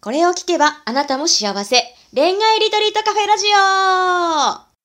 これを聞けばあなたも幸せ。恋愛リトリートカフェラジオ。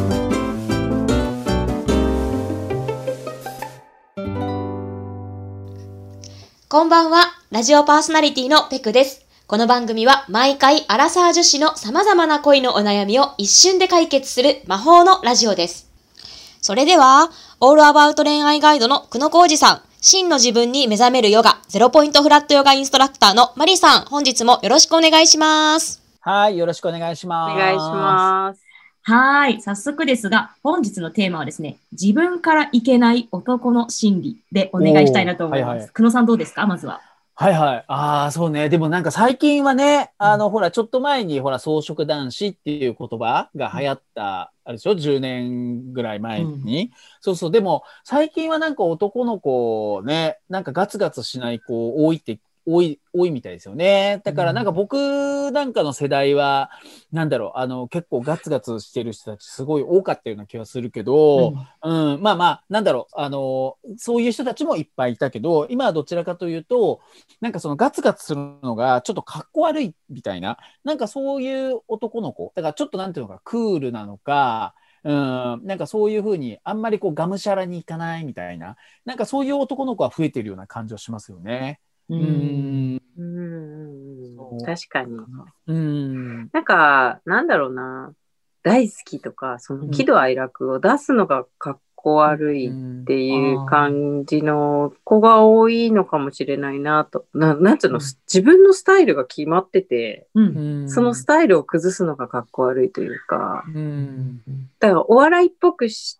こんばんは。ラジオパーソナリティのペクです。この番組は毎回アラサー女子の様々な恋のお悩みを一瞬で解決する魔法のラジオです。それでは、オールアバウト恋愛ガイドの久野浩二さん、真の自分に目覚めるヨガ、ゼロポイントフラットヨガインストラクターのマリさん、本日もよろしくお願いします。 はい、よろしくお願いします。 お願いします。 はい、早速ですが、本日のテーマはですね、自分からいけない男の心理でお願いしたいなと思います。 はいはい、 久野さんどうですか、まずは。 はいはい。ああ、そうね。でもなんか最近はね、ほら、ちょっと前に、ほら、草食男子っていう言葉が流行った、あれでしょ ?10 年ぐらい前に。そうそう。でも、最近はなんか男の子ね、なんかガツガツしない子多いみたいですよね。だからなんか僕なんかの世代は、なんだろう、結構ガツガツしてる人たちすごい多かったような気がするけど、まあまあ、なんだろう、そういう人たちもいっぱいいたけど、今はどちらかというと、なんかそのガツガツするのがちょっとかっこ悪いみたいな、なんかそういう男の子、だからちょっとなんていうのか、クールなのか、なんかそういうふうにあんまりこうがむしゃらにいかないみたいな、なんかそういう男の子は増えてるような感じはしますよね。 確かに。なんか、なんだろうな。大好きとか、その喜怒哀楽を出すのがかっこ悪いっていう感じの子が多いのかもしれないなと。なんつうの、自分のスタイルが決まってて、そのスタイルを崩すのがかっこ悪いというか、だからお笑いっぽくして、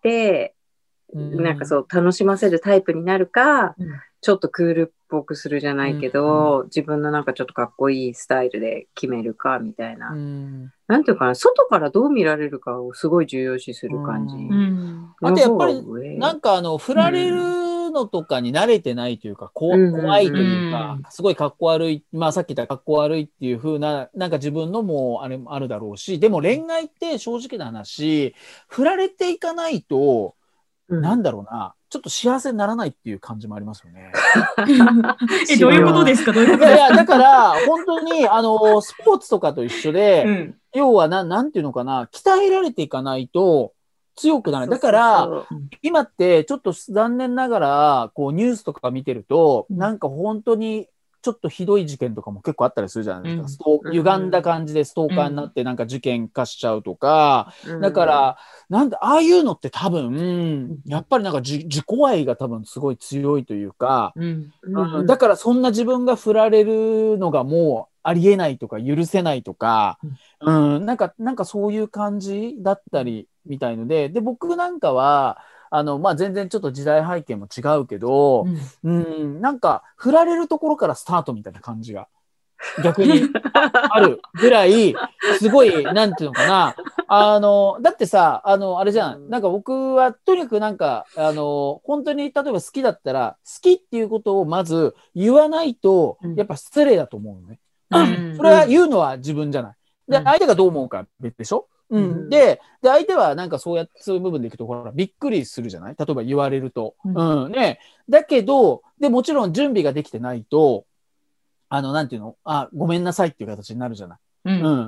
なんかそう楽しませるタイプになるか、ちょっとクールっぽくするじゃないけど、自分のなんかちょっとかっこいいスタイルで決めるかみたいな、なんていうかな、外からどう見られるかをすごい重要視する感じ。 あとやっぱりなんか振られるのとかに慣れてないというか、怖いというか、すごいかっこ悪い、まあさっき言ったかっこ悪いっていう風な、なんか自分のもあれもあるだろうし、でも恋愛って正直な話、振られていかないと、なんだろうな、ちょっと幸せにならないっていう感じもありますよね。 どういうことですか、どういうことですか。 いや、だから、本当に、スポーツとかと一緒で、要はなんていうのかな、鍛えられていかないと強くなる。だから、今って、ちょっと残念ながら、こう、ニュースとか見てると、なんか本当に、ちょっとひどい事件とかも結構あったりするじゃないですか。歪んだ感じでストーカーになってなんか事件化しちゃうとか。だから、ああいうのって多分、やっぱりなんか自己愛が多分すごい強いというか、だからそんな自分が振られるのがもうありえないとか許せないとか、なんかそういう感じだったりみたいので、僕なんかは、まあ、全然ちょっと時代背景も違うけど、なんか、振られるところからスタートみたいな感じが、逆にあるぐらい、すごい、なんていうのかな。だってさ、あれじゃん。なんか僕は、とにかくなんか、本当に、例えば好きだったら、好きっていうことをまず言わないと、やっぱ失礼だと思うのね。それは言うのは自分じゃない。で、相手がどう思うか別でしょ。で、相手はなんかそういう部分でいくと、ほら、びっくりするじゃない？例えば言われると。ね。だけど、もちろん準備ができてないと、なんていうの？ごめんなさいっていう形になるじゃない。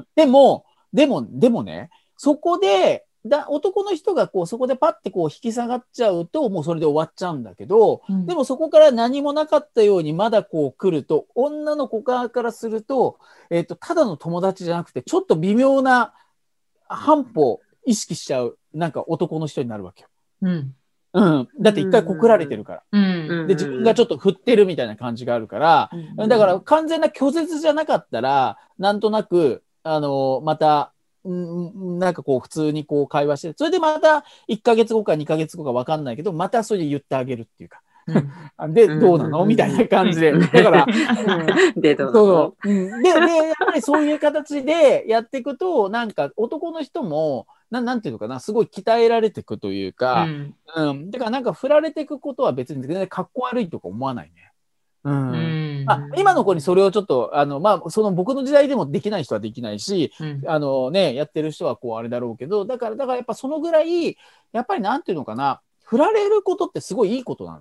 でもね、そこで、男の人がこう、そこでパッてこう引き下がっちゃうと、もうそれで終わっちゃうんだけど、でもそこから何もなかったようにまだこう来ると、女の子側からすると、ただの友達じゃなくて、ちょっと微妙な半歩意識しちゃう、なんか男の人になるわけよ。だって一回告られてるから。で、自分がちょっと振ってるみたいな感じがあるから、だから完全な拒絶じゃなかったら、なんとなく、また、なんかこう普通にこう会話して、それでまた1ヶ月後か2ヶ月後か分かんないけど、またそれで言ってあげるっていうか。で、どうなのみたいな感じで。だから、 で、どうなので、やっぱりそういう形でやっていくと、なんか男の人も、なんていうのかな、すごい鍛えられていくというか、だからなんか振られていくことは別に全然かっこ悪いとか思わないね。今の子にそれをちょっと、まあ、その僕の時代でもできない人はできないし、やってる人はこうあれだろうけど、だからやっぱそのぐらい、やっぱりなんていうのかな、振られることってすごいいいことなの。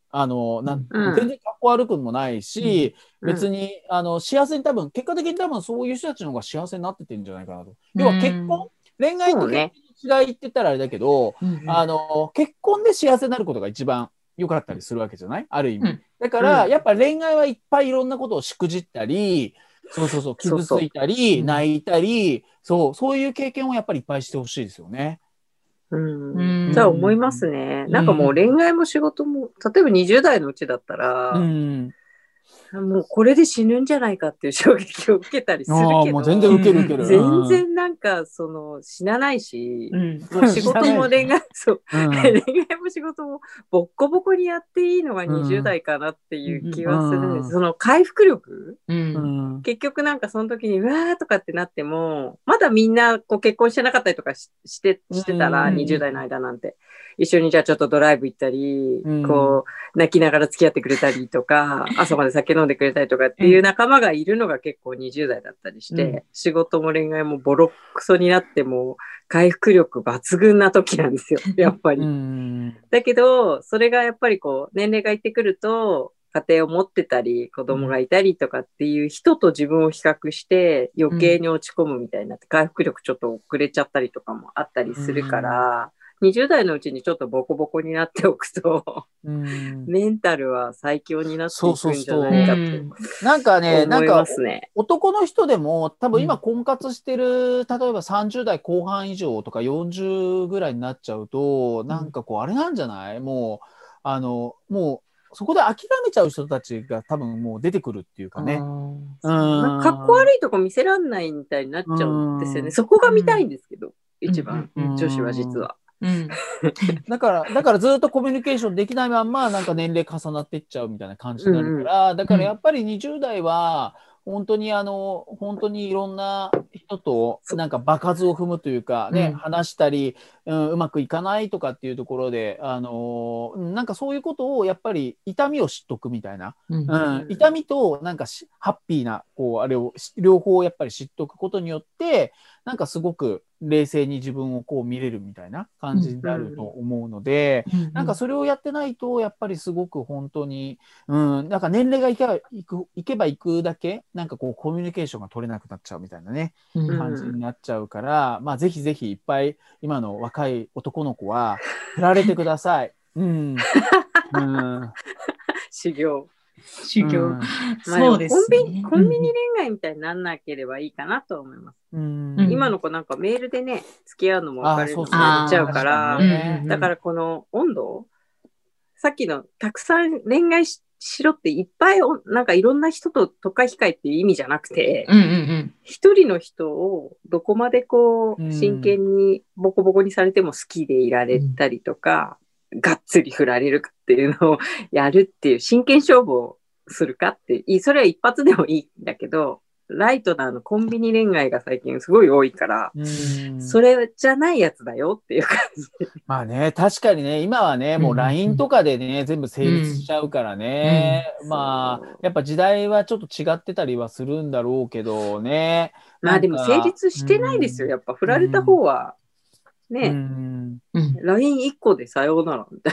全然かっこ悪くもないし、別に、幸せに結果的にそういう人たちの方が幸せになっててるんじゃないかなと。要は結婚、恋愛と結婚の違いって言ったらあれだけど、結婚で幸せになることが一番良かったりするわけじゃない？ある意味。だから、やっぱ恋愛はいっぱいいろんなことをしくじったり、傷ついたり、泣いたり、そういう経験をやっぱりいっぱいしてほしいですよね。 じゃあ思いますね。なんかもう恋愛も仕事も、例えば20代のうちだったら、もうこれで死ぬんじゃないかっていう衝撃を受けたりするけど、 もう全然受ける。 全然なんか死なないし、もう仕事も恋愛、恋愛も仕事もボッコボコにやっていいのが20代かなっていう気はするんです。その回復力、結局なんかその時にうわーとかってなっても、まだみんな結婚してなかったりとかしてたら、20代の間なんて。一緒にじゃあちょっとドライブ行ったり、泣きながら付き合ってくれたりとか、朝まで酒飲んでくれたりとかっていう仲間がいるのが結構20代だったりして、仕事も恋愛もボロクソになっても回復力抜群な時なんですよ、やっぱり。だけど、それがやっぱり年齢がいってくると、家庭を持ってたり、子供がいたりとかっていう人と自分を比較して余計に落ち込むみたいになって、回復力ちょっと遅れちゃったりとかもあったりするから、20代のうちにちょっとボコボコになっておくと、メンタルは最強になっていくんじゃないかと。 なんかね、男の人でも多分今婚活してる、例えば30代後半以上とか40ぐらいになっちゃうと、なんかあれなんじゃない？もうそこで諦めちゃう人たちが多分もう出てくるっていうかね。 かっこ悪いとこ見せらんないみたいになっちゃうんですよね。そこが見たいんですけど、一番、女子は実は。 だからずっとコミュニケーションできないまんまなんか年齢重なっていっちゃうみたいな感じになるから、だからやっぱり20代は本当にいろんな人となんか場数を踏むというかね、話したり、うまくいかないとかっていうところでなんかそういうことをやっぱり痛みを知っとくみたいな、痛みとなんかハッピーなあれを両方やっぱり知っとくことによってなんかすごく冷静に自分を見れるみたいな感じになると思うので、なんかそれをやってないとやっぱりすごく本当に、なんか年齢がいけばいくだけなんかコミュニケーションが取れなくなっちゃうみたいなね、感じになっちゃうから、まあぜひぜひいっぱい今の若い男の子は振られてください。 修行。 そうですね。 コンビニ恋愛みたいにならなければいいかなと思います。今の子なんかメールでね、付き合うのも別れるのもやっちゃうから、だからこの温度、さっきのたくさん恋愛しろっていっぱいなんかいろんな人と都会控えっていう意味じゃなくて、一人の人をどこまで真剣にボコボコにされても好きでいられたりとか、がっつり振られるかっていうのをやるっていう真剣勝負をするかってそれは一発でもいいんだけど、ライトなコンビニ恋愛が最近すごい多いから、それじゃないやつだよっていう感じ。 まあね、確かにね、今はね、もう LINE とかでね、全部成立しちゃうからね、まあ、やっぱ時代はちょっと違ってたりはするんだろうけどね。 まあでも成立してないですよ。やっぱ振られた方は、ね、LINE1 個でさようならみたい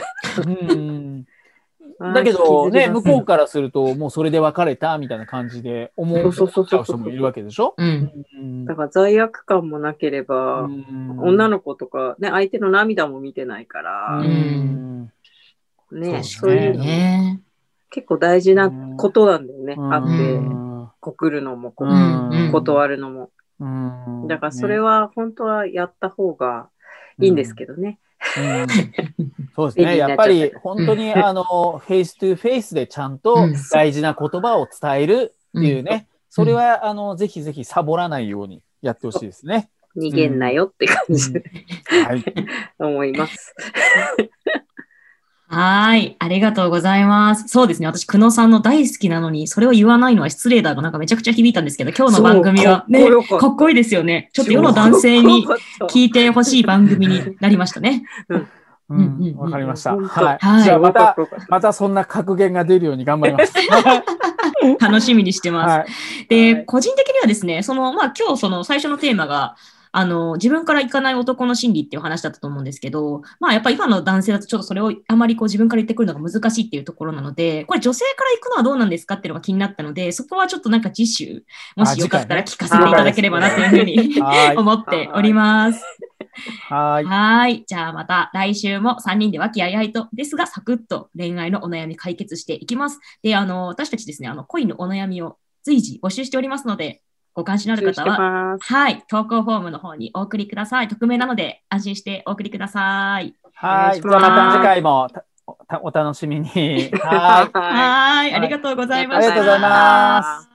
な。 だけどね、向こうからするともうそれで別れたみたいな感じで思う人もいるわけでしょ。 だから罪悪感もなければ、女の子とかね、相手の涙も見てないから、ね、そういうの結構大事なことなんだよね。あって告るのも断るのも。だからそれは本当はやった方がいいんですけどね。 そうですね。やっぱり本当にフェイストゥフェイスでちゃんと大事な言葉を伝えるっていうね、それはぜひぜひサボらないようにやってほしいですね。 逃げんなよって感じで思います。 はい。ありがとうございます。そうですね。私、久野さんの大好きなのに、それを言わないのは失礼だが、なんかめちゃくちゃ響いたんですけど、今日の番組はね、かっこいいですよね。ちょっと世の男性に聞いてほしい番組になりましたね。 わかりました。はい。じゃあまたそんな格言が出るように頑張ります。 楽しみにしてます。で、個人的にはですね、今日最初のテーマが、 自分から行かない男の心理っていう話だったと思うんですけど、まあやっぱり今の男性だとちょっとそれをあまりこう自分から言ってくるのが難しいっていうところなので、これ女性から行くのはどうなんですかっていうのが気になったので、そこはちょっとなんか次週、もしよかったら聞かせていただければなというふうに思っております。はい。じゃあまた来週も3人で和気あいあいとですが、サクッと恋愛のお悩み解決していきます。で、私たちですね、恋のお悩みを随時募集しておりますので、ご関心のある方は、はい、投稿フォームの方にお送りください。匿名なので安心してお送りください。 はい。じゃあまた次回もお楽しみに。 はい。ありがとうございました。 ありがとうございます。